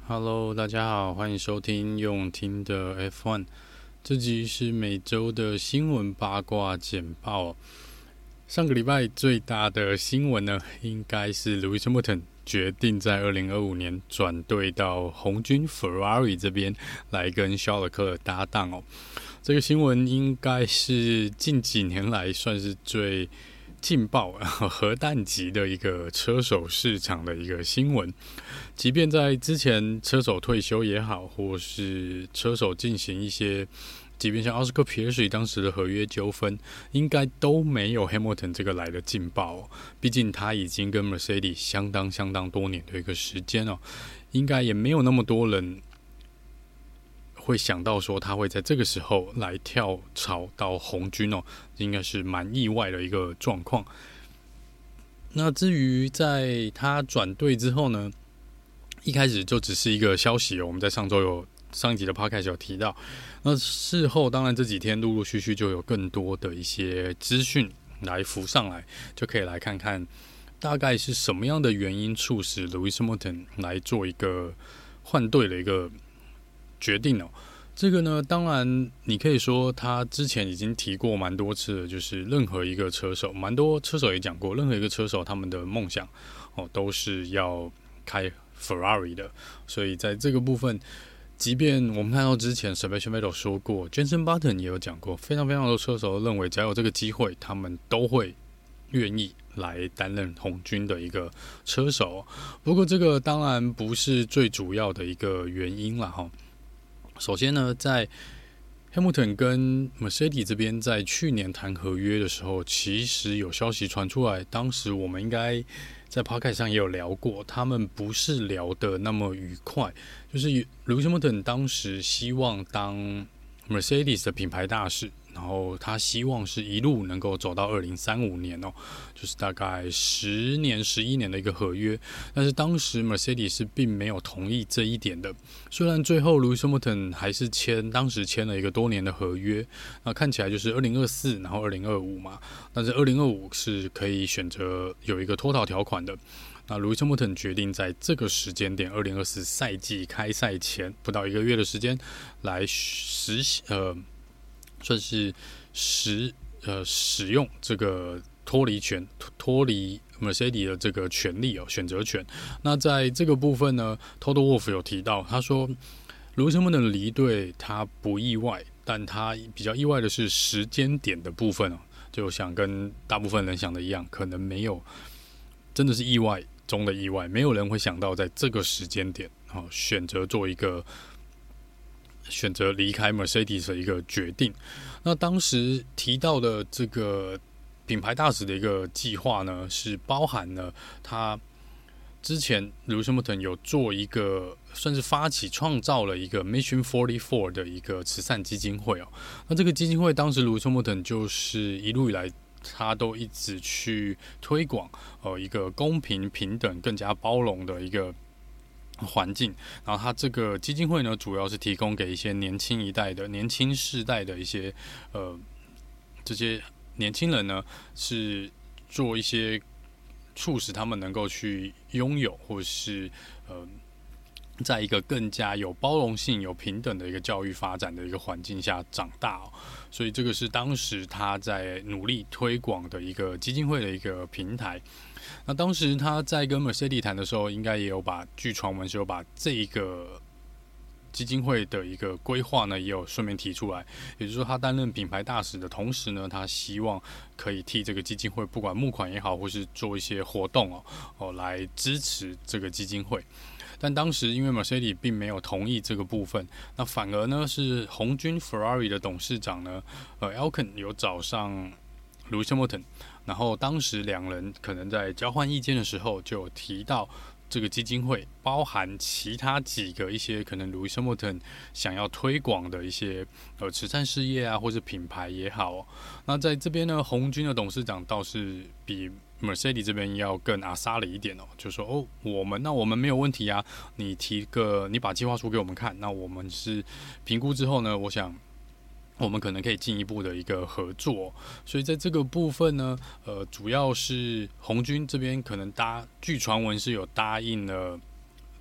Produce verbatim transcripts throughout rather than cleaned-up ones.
Hello， 大家好，欢迎收听用听的 F 一。这集是每周的新闻八卦简报。上个礼拜最大的新闻呢，应该是 Lewis Hamilton 决定在二零二五年转队到红军 Ferrari 这边来跟肖勒克搭档哦。这个新闻应该是近几年来算是最劲爆核弹级的一个车手市场的一个新闻。即便在之前车手退休也好，或是车手进行一些，即便像奥斯卡皮耶水当时的合约纠纷，应该都没有 Hamilton 这个来的劲爆哦。毕竟他已经跟 Mercedes 相当相当多年的一个时间哦，应该也没有那么多人会想到说他会在这个时候来跳槽到红军哦，应该是蛮意外的一个状况。那至于在他转队之后呢，一开始就只是一个消息哦，我们在上周有上一集的 podcast 有提到。那事后当然这几天陆陆续续就有更多的一些资讯来浮上来，就可以来看看大概是什么样的原因促使 Lewis Hamilton 来做一个换队的一个决定哦。这个呢，当然你可以说他之前已经提过蛮多次了，就是任何一个车手，蛮多车手也讲过，任何一个车手他们的梦想哦都是要开 Ferrari 的，所以在这个部分，即便我们看到之前 Sebastian Vettel 说过 ，Jenson Button 也有讲过，非常非常多车手认为，只要有这个机会，他们都会愿意来担任红军的一个车手。不过这个当然不是最主要的一个原因啦齁。首先呢，在 Hamilton 跟 Mercedes 这边在去年谈合约的时候，其实有消息传出来，当时我们应该在 podcast 上也有聊过，他们不是聊得那么愉快。就是 Lewis Hamilton 当时希望当 Mercedes 的品牌大使，然后他希望是一路能够走到二零三五年哦，就是大概十年、十一年的一个合约。但是当时 Mercedes 是并没有同意这一点的。虽然最后 Lewis Hamilton 还是签，当时签了一个多年的合约，那看起来就是二零二四，然后二零二五嘛。但是二零二五是可以选择有一个脱逃条款的。那 Lewis Hamilton 决定在这个时间点，二零二四赛季开赛前不到一个月的时间，来实呃。算是使呃使用这个脱离权、脱离 Mercedes 的这个权利哦，选择权。那在这个部分呢 ，Toto Wolff 有提到，他说 Lewis Hamilton 离队他不意外，但他比较意外的是时间点的部分哦，就想跟大部分人想的一样，可能没有真的是意外中的意外，没有人会想到在这个时间点哦，选择做一个。选择离开 Mercedes 的一个决定。那当时提到的这个品牌大使的一个计划呢，是包含了他之前 Lewis Hamilton 有做一个算是发起创造了一个 Mission 四十四的一个慈善基金会哦。那这个基金会当时 Lewis Hamilton 就是一路以来他都一直去推广呃一个公平平等更加包容的一个环境，然后它这个基金会呢，主要是提供给一些年轻一代的、年轻世代的一些呃这些年轻人呢，是做一些促使他们能够去拥有，或是呃，在一个更加有包容性、有平等的一个教育发展的一个环境下长大哦。所以这个是当时他在努力推广的一个基金会的一个平台。那当时他在跟 Mercedes 谈的时候，应该也有把据传闻是有把这一个基金会的一个规划呢，也有顺便提出来。也就是说，他担任品牌大使的同时呢，他希望可以替这个基金会，不管募款也好，或是做一些活动哦，哦来支持这个基金会。但当时因为 Mercedes 并没有同意这个部分，那反而呢是红军 Ferrari 的董事长呢，呃 Elkann 有找上 Lewis Hamilton。然后当时两人可能在交换意见的时候，就有提到这个基金会包含其他几个一些可能 Lewis Hamilton 想要推广的一些呃慈善事业啊，或者品牌也好哦。那在这边呢，红军的董事长倒是比 Mercedes 这边要更阿萨里一点哦，就说哦，我们那我们没有问题啊，你提个你把计划书给我们看，那我们是评估之后呢，我想。我们可能可以进一步的一个合作，所以在这个部分呢，呃，主要是红军这边可能答，据传闻是有答应了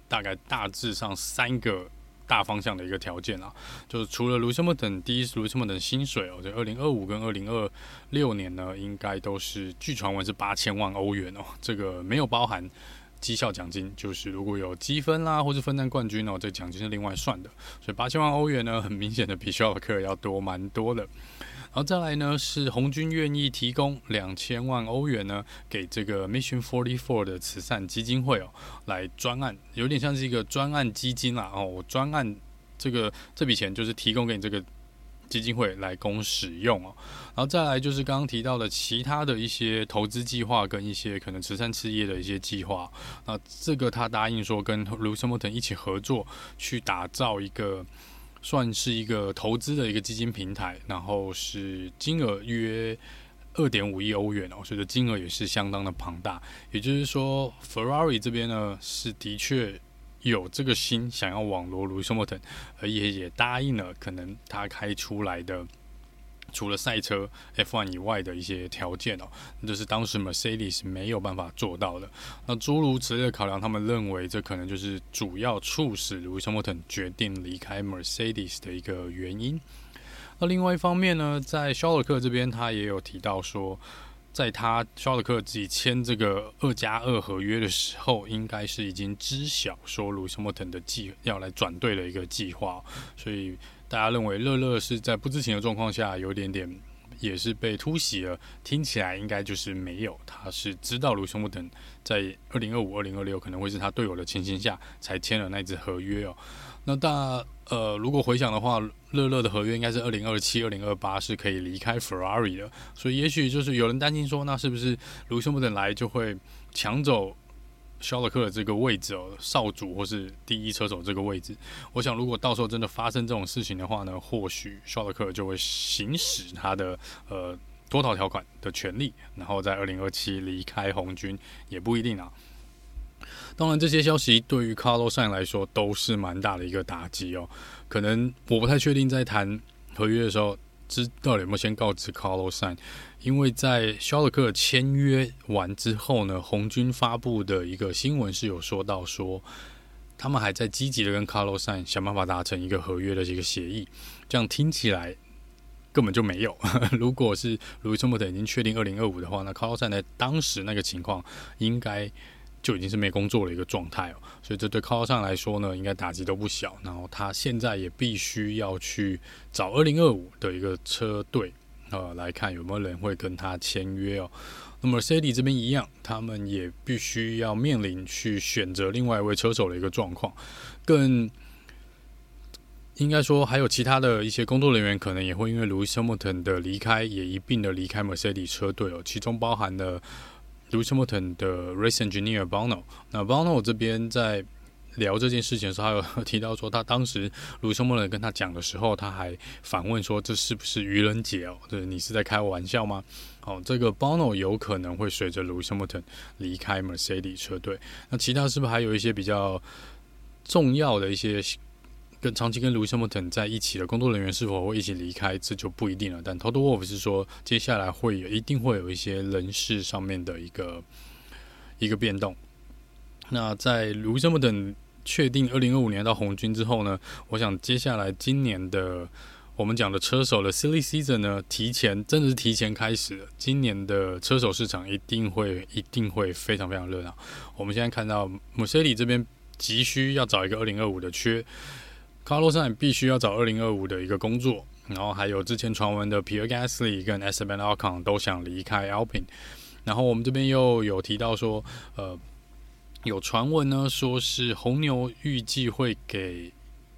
大概大致上三个大方向的一个条件啦，就是除了 Lewis Hamilton 第一是 Lewis Hamilton 薪水哦，在二零二五跟二零二六年呢，应该都是据传闻是八千万欧元哦，这个没有包含绩效奖金，就是如果有积分啦，或是分站冠军哦，这奖金是另外算的，所以八千万欧元呢，很明显的比肖尔克要多蛮多的。然后再来呢，是红军愿意提供两千万欧元呢，给这个 Mission 四十四的慈善基金会哦，来专案，有点像是一个专案基金啦哦，我专案这个这笔钱就是提供给你这个基金会来供使用哦。然后再来就是刚刚提到的其他的一些投资计划跟一些可能慈善事业的一些计划，那这个他答应说跟 Lewis Hamilton 一起合作，去打造一个。算是一个投资的一个基金平台，然后是金额约 二点五亿欧元哦，所以金额也是相当的庞大。也就是说 ，Ferrari 这边呢是的确有这个心想要网罗 Lewis Hamilton， 而也也答应了可能他开出来的。除了赛车 F 一 以外的一些条件哦，这是当时 Mercedes 没有办法做到的。那诸如此类的考量，他们认为这可能就是主要促使 Lewis Hamilton 决定离开 Mercedes 的一个原因。那另外一方面呢，在肖尔克这边，他也有提到说，在他肖尔克自己签这个二加二合约的时候，应该是已经知晓说 Lewis Hamilton 的计要来转队的一个计划，所以。大家认为乐乐是在不知情的状况下有点点也是被突袭了，听起来应该就是没有，他是知道 Lewis Hamilton 在二零二五、二零二六可能会是他队友的情形下才签了那支合约哦。那大呃，如果回想的话，乐乐的合约应该是二零二七、二零二八是可以离开 Ferrari 的，所以也许就是有人担心说，那是不是 Lewis Hamilton 来就会抢走？肖勒克的这个位置哦，少主或是第一车手这个位置，我想如果到时候真的发生这种事情的话呢，或许肖勒克就会行使他的呃脱逃条款的权利，然后在二零二七离开红军也不一定啊。当然，这些消息对于 Carlos Sainz 来说都是蛮大的一个打击哦。可能我不太确定在谈合约的时候，知道有没有先告知 Carlos Sainz。因为在肖勒克签约完之后呢，红军发布的一个新闻是有说到说，他们还在积极的跟 Carlos Sainz 想办法达成一个合约的这个协议。这样听起来根本就没有。如果是 Lewis Hamilton 已经确定二零二五的话，那 Carlos Sainz 在当时那个情况应该就已经是没工作的一个状态哦。所以这对 Carlos Sainz 来说呢，应该打击都不小。然后他现在也必须要去找二零二五的一个车队。呃，来看有没有人会跟他签约哦。那么 Mercedes 这边一样，他们也必须要面临去选择另外一位车手的一个状况。更应该说，还有其他的一些工作人员可能也会因为 Lewis Hamilton 的离开，也一并的离开 Mercedes 车队哦。其中包含了 Lewis Hamilton 的 Race Engineer Bono。那 Bono 这边在聊这件事情的时候，他有提到说，他当时Lewis Hamilton跟他讲的时候，他还反问说：“这是不是愚人节哦？就是你是在开玩笑吗？”哦，这个 Bono 有可能会随着 Lewis Hamilton 离开 Mercedes 车队。那其他是不是还有一些比较重要的一些跟长期跟 Lewis Hamilton 在一起的工作人员是否会一起离开，这就不一定了。但 Toto Wolff 是说，接下来会有一定会有一些人事上面的一个一个变动。那在 Lewis Hamilton确定二零二五年到红军之后呢，我想接下来今年的我们讲的车手的 Silly Season 呢，提前真的是提前开始了。今年的车手市场一定会一定会非常非常热闹。我们现在看到 Mercedes 这边急需要找一个二零二五的缺 ，Carlos Sainz 必须要找二零二五的一个工作，然后还有之前传闻的 Pierre Gasly 跟 Esteban Ocon 都想离开 Alpine， 然后我们这边又有提到说，呃。有传闻呢，说是红牛预计会给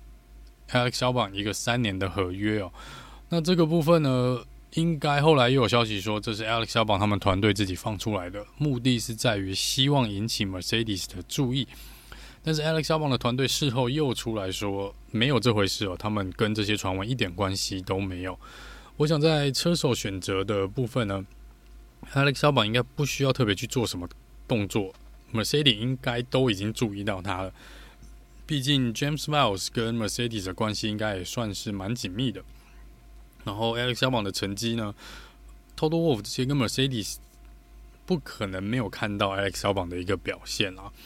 Alex Albon 一个三年的合约哦。那这个部分呢，应该后来又有消息说，这是 Alex Albon 他们团队自己放出来的，目的是在于希望引起 Mercedes 的注意。但是 Alex Albon 的团队事后又出来说，没有这回事哦，他们跟这些传闻一点关系都没有。我想在车手选择的部分呢 ，Alex Albon 应该不需要特别去做什么动作。Mercedes 应该都已经注意到他了，毕竟 James Vowles 跟 Mercedes 的关系应该也算是蛮紧密的。然后 Alex Albon 的成绩呢 ，Toto Wolff 这些跟 Mercedes 不可能没有看到 Alex Albon 的一个表现啊。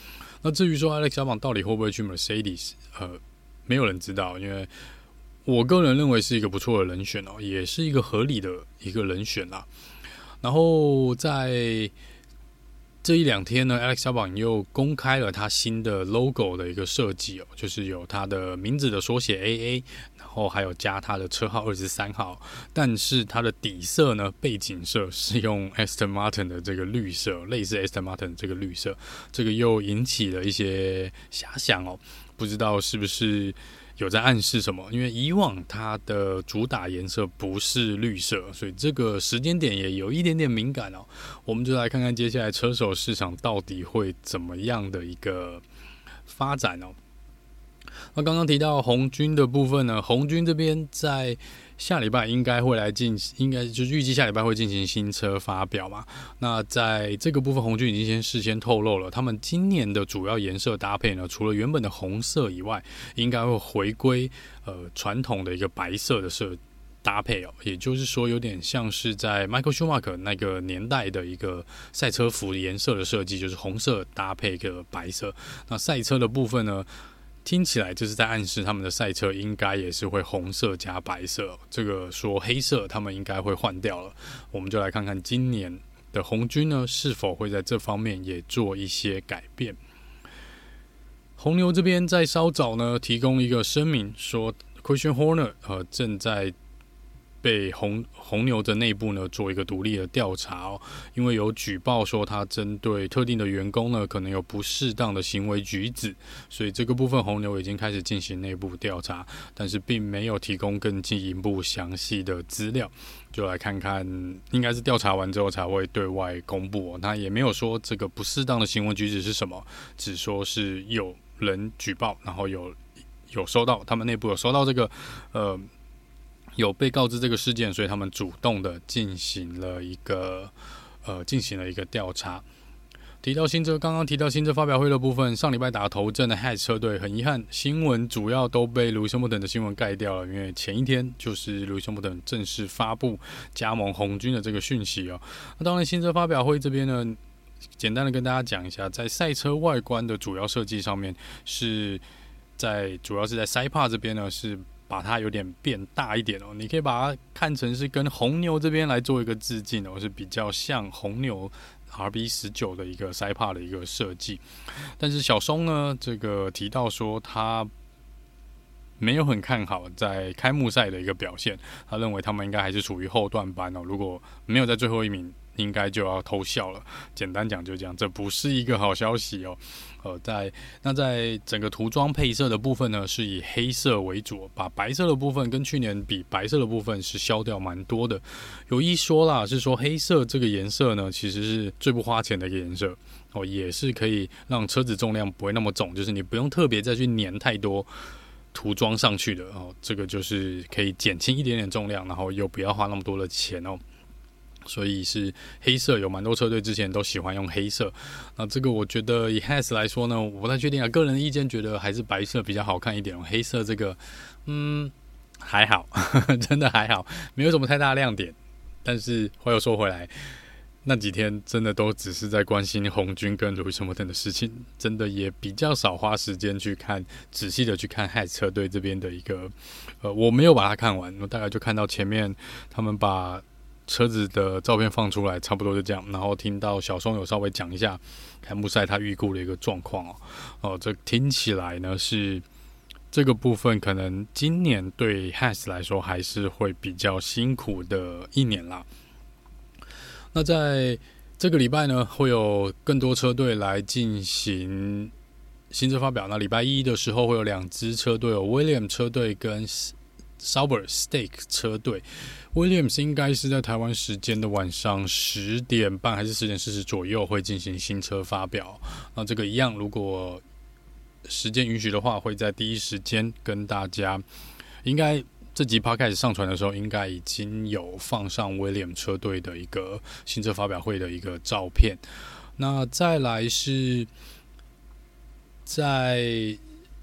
那至于说 Alex 小榜到底会不会去 Mercedes， 呃，没有人知道，因为我个人认为是一个不错的人选哦，也是一个合理的一个人选啦。然后在这一两天呢 ，Alex 小榜又公开了他新的 logo 的一个设计哦，就是有他的名字的缩写 A A， 然后还有加他的车号二十三号，但是它的底色呢，背景色是用 Aston Martin 的这个绿色，类似 Aston Martin 这个绿色，这个又引起了一些遐想哦，不知道是不是有在暗示什么，因为以往它的主打颜色不是绿色，所以这个时间点也有一点点敏感哦。我们就来看看接下来车手市场到底会怎么样的一个发展哦。那刚刚提到红军的部分呢，红军这边在下礼拜应该会来进，应该就是预计下礼拜会进行新车发表嘛。那在这个部分，红军已经先事先透露了，他们今年的主要颜色搭配呢，除了原本的红色以外，应该会回归呃传统的一个白色的色搭配哦。也就是说，有点像是在 Michael Schumacher 那个年代的一个赛车服颜色的设计，就是红色搭配一个白色。那赛车的部分呢？听起来就是在暗示他们的赛车应该也是会红色加白色，这个说黑色他们应该会换掉了。我们就来看看今年的红军呢是否会在这方面也做一些改变。红牛这边在稍早呢提供一个声明说 Christian Horner 呃正在被红红牛的内部呢做一个独立的调查哦，因为有举报说他针对特定的员工呢可能有不适当的行为举止，所以这个部分红牛已经开始进行内部调查，但是并没有提供更进一步详细的资料，就来看看应该是调查完之后才会对外公布哦。他也没有说这个不适当的行为举止是什么，只说是有人举报，然后有有收到他们内部有收到这个呃。有被告知这个事件，所以他们主动的进行了一个呃进行了一个调查。提到新车，刚刚提到新车发表会的部分，上礼拜打头阵的 Haas 车队，很遗憾，新闻主要都被路易斯·汉密尔顿的新闻盖掉了，因为前一天就是路易斯·汉密尔顿正式发布加盟红军的这个讯息哦。那当然，新车发表会这边呢，简单的跟大家讲一下，在赛车外观的主要设计上面，是在主要是在 Side-Pod 这边呢是。把它有点变大一点哦，你可以把它看成是跟红牛这边来做一个致敬哦，是比较像红牛 R B 十九 的一个 Side-Pod 的一个设计。但是小松呢，这个提到说他没有很看好在开幕赛的一个表现，他认为他们应该还是处于后段班哦，如果没有在最后一名，应该就要偷笑了。简单讲就这样，这不是一个好消息哦。呃，在那在整个涂装配色的部分呢，是以黑色为主，把白色的部分跟去年比，白色的部分是消掉蛮多的。有一说啦，是说黑色这个颜色呢，其实是最不花钱的一个颜色哦，也是可以让车子重量不会那么重，就是你不用特别再去粘太多涂装上去的哦，这个就是可以减轻一点点重量，然后又不要花那么多的钱哦。所以是黑色，有蛮多车队之前都喜欢用黑色。那这个我觉得以 Haas 来说呢，我不太确定啊，个人的意见觉得还是白色比较好看一点哦。黑色这个，嗯，还好，真的还好，没有什么太大的亮点。但是话又说回来，那几天真的都只是在关心红军跟路易斯·汉密尔顿的事情，真的也比较少花时间去看仔细的去看 Haas 车队这边的一个，呃，我没有把它看完，我大概就看到前面他们把车子的照片放出来，差不多就这样。然后听到小松有稍微讲一下开幕赛他预估的一个状况哦，哦，这听起来呢是这个部分可能今年对 Haas 来说还是会比较辛苦的一年啦。那在这个礼拜呢，会有更多车队来进行新车发表。那礼拜一的时候会有两支车队，有 Williams 车队跟Sauber Stake 车队。Williams 应该是在台湾时间的晚上十点半还是十点四十左右会进行新车发表。那这个一样，如果时间允许的话，会在第一时间跟大家。应该这集 Podcast 上传的时候，应该已经有放上 Williams 车队的一个新车发表会的一个照片。那再来是在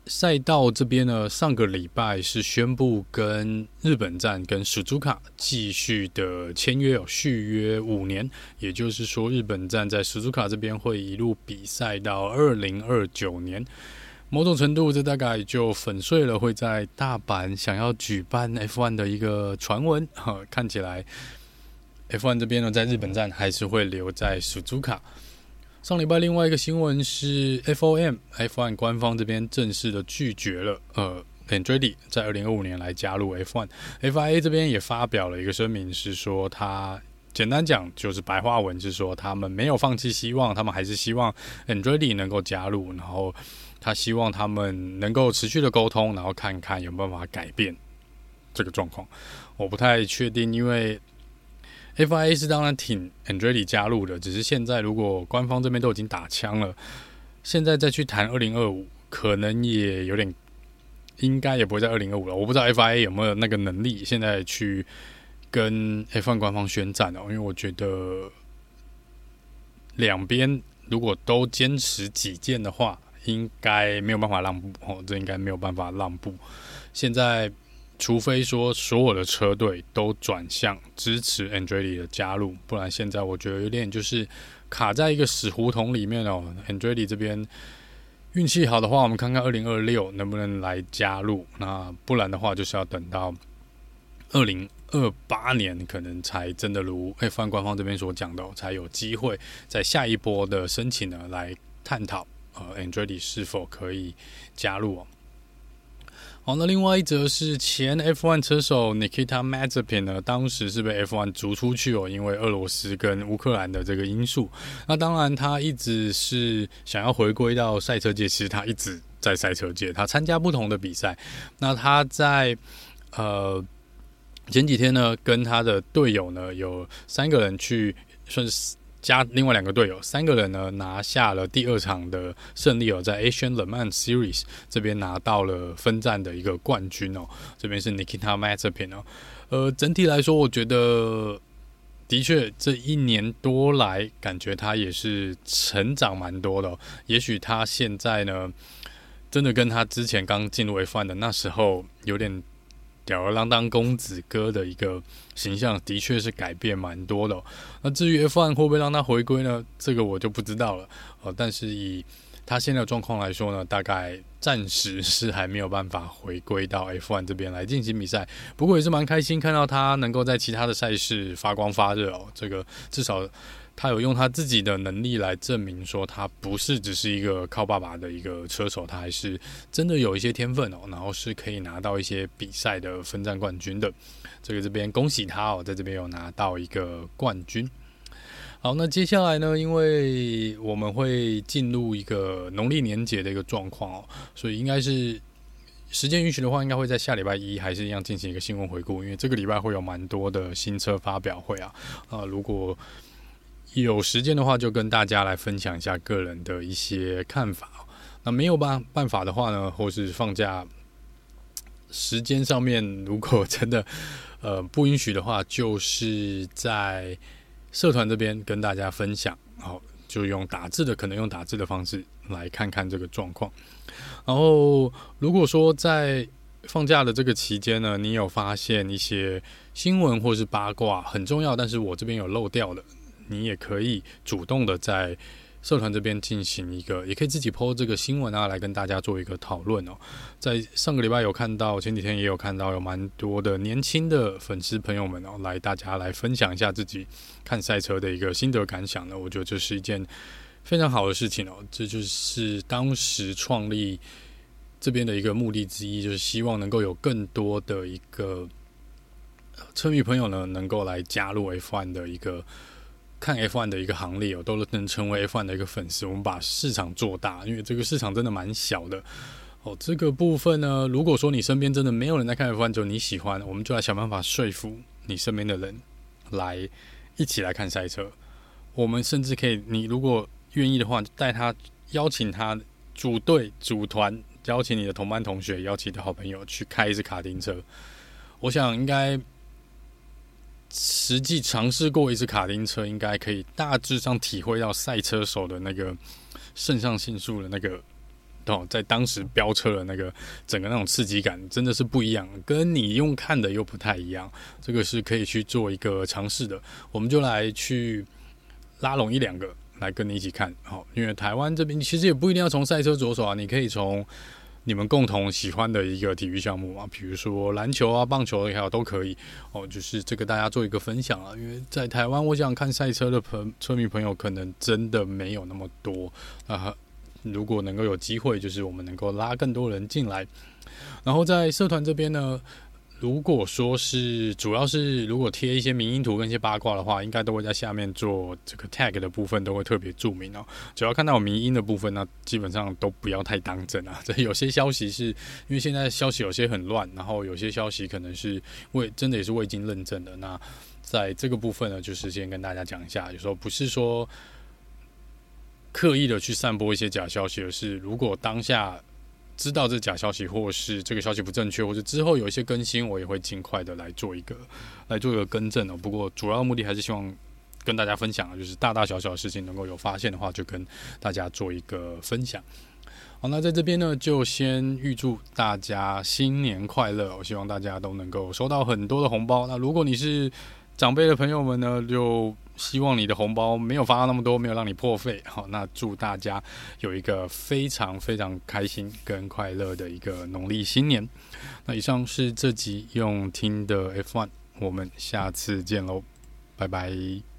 赛道这边呢，上个礼拜是宣布跟日本站跟 Suzuka 继续的签约，有续约五年，也就是说日本站在 Suzuka 这边会一路比赛到二零二九年。某种程度，这大概就粉碎了会在大阪想要举办 F 一 的一个传闻。看起来 F 一 这边呢，在日本站还是会留在 Suzuka。上礼拜另外一个新闻是 F O M F 一 官方这边正式的拒绝了呃 Andretti 在二零二五年来加入 F 一。F I A 这边也发表了一个声明，是说他简单讲就是白话文是说他们没有放弃希望，他们还是希望 Andretti 能够加入，然后他希望他们能够持续的沟通，然后看看有没有办法改变这个状况。我不太确定，因为F I A 是当然挺 Andretti 加入的，只是现在如果官方这边都已经打枪了，现在再去谈二零二五，可能也有点，应该也不会在二零二五了。我不知道 F I A 有没有那个能力，现在去跟 F 一 官方宣战哦，因为我觉得两边如果都坚持己见的话，应该没有办法让步哦，这应该没有办法让步。现在除非说所有的车队都转向支持 Andretti 的加入，不然现在我觉得有点就是卡在一个死胡同里面哦。Andretti 这边运气好的话，我们看看二零二六能不能来加入，那不然的话就是要等到二零二八年可能才真的如 F 一 官方这边所讲的、哦，才有机会在下一波的申请呢来探讨呃 Andretti 是否可以加入哦。好，那另外一则是前 F 一 车手 Nikita Mazepin 呢，当时是被 F 一 逐出去哦，因为俄罗斯跟乌克兰的这个因素。那当然，他一直是想要回归到赛车界，其实他一直在赛车界，他参加不同的比赛。那他在呃前几天呢，跟他的队友呢有三个人去算是。加另外两个队友，三个人呢拿下了第二场的胜利哦，在 Asian Le Mans Series 这边拿到了分站的一个冠军哦。这边是 Nikita Mazepin 哦，呃，整体来说，我觉得的确这一年多来，感觉他也是成长蛮多的、哦。也许他现在呢，真的跟他之前刚进入 F 一 的那时候有点吊儿郎当公子哥的一个形象的确是改变蛮多的、哦。那至于 F 一 会不会让他回归呢？这个我就不知道了。呃，但是以他现在的状况来说呢，大概暂时是还没有办法回归到 F 一 这边来进行比赛。不过也是蛮开心看到他能够在其他的赛事发光发热哦。这个至少他有用他自己的能力来证明说，他不是只是一个靠爸爸的一个车手，他还是真的有一些天分哦，然后是可以拿到一些比赛的分站冠军的。这个这边恭喜他哦，在这边有拿到一个冠军。好，那接下来呢，因为我们会进入一个农历年节的一个状况哦，所以应该是时间允许的话，应该会在下礼拜一还是一样进行一个新闻回顾，因为这个礼拜会有蛮多的新车发表会啊。啊、呃，如果有时间的话，就跟大家来分享一下个人的一些看法。那没有办办法的话呢，或是放假时间上面，如果真的呃不允许的话，就是在社团这边跟大家分享。好，就用打字的，可能用打字的方式来看看这个状况。然后，如果说在放假的这个期间呢，你有发现一些新闻或是八卦很重要，但是我这边有漏掉的。你也可以主动的在社团这边进行一个，也可以自己 po 这个新闻啊，来跟大家做一个讨论哦。在上个礼拜有看到，前几天也有看到，有蛮多的年轻的粉丝朋友们哦，来大家来分享一下自己看赛车的一个心得感想呢。我觉得这是一件非常好的事情哦，这就是当时创立这边的一个目的之一，就是希望能够有更多的一个车迷朋友呢，能够来加入 F 一 的一个。看 F 一 的一个行列、哦、都能成为 F 一 的一个粉丝，我们把市场做大，因为这个市场真的蛮小的哦。这个部分呢，如果说你身边真的没有人在看 F 一， 就你喜欢，我们就来想办法说服你身边的人来一起来看赛车。我们甚至可以，你如果愿意的话，带他邀请他组队组团，邀请你的同班同学，邀请你的好朋友去开一次卡丁车。我想应该。实际尝试过一次卡丁车，应该可以大致上体会到赛车手的那个肾上腺素的那个哦，在当时飙车的那个整个那种刺激感真的是不一样，跟你用看的又不太一样，这个是可以去做一个尝试的。我们就来去拉拢一两个来跟你一起看，好，因为台湾这边其实也不一定要从赛车着手啊，你可以从你们共同喜欢的一个体育项目啊，比如说篮球啊、棒球也好，都可以哦。就是这个大家做一个分享啊，因为在台湾，我想看赛车的朋车迷朋友可能真的没有那么多啊。如果能够有机会，就是我们能够拉更多人进来。然后在社团这边呢，如果说是主要是如果贴一些迷因图跟一些八卦的话，应该都会在下面做这个 tag 的部分都会特别注明哦。只要看到有迷因的部分呢，基本上都不要太当真啊。这有些消息是因为现在消息有些很乱，然后有些消息可能是未真的也是未经认证的。那在这个部分呢，就是先跟大家讲一下，有时候不是说刻意的去散播一些假消息，而是如果当下知道这假消息，或是这个消息不正确，或者之后有一些更新，我也会尽快的来做一个来做一个更正哦。不过主要目的还是希望跟大家分享，就是大大小小的事情能够有发现的话，就跟大家做一个分享。好，那在这边呢，就先预祝大家新年快乐！我希望大家都能够收到很多的红包。那如果你是长辈的朋友们呢，就希望你的红包没有发到那么多，没有让你破费。好，那祝大家有一个非常非常开心跟快乐的一个农历新年。那以上是这集用听的 F 一，我们下次见喽，拜拜。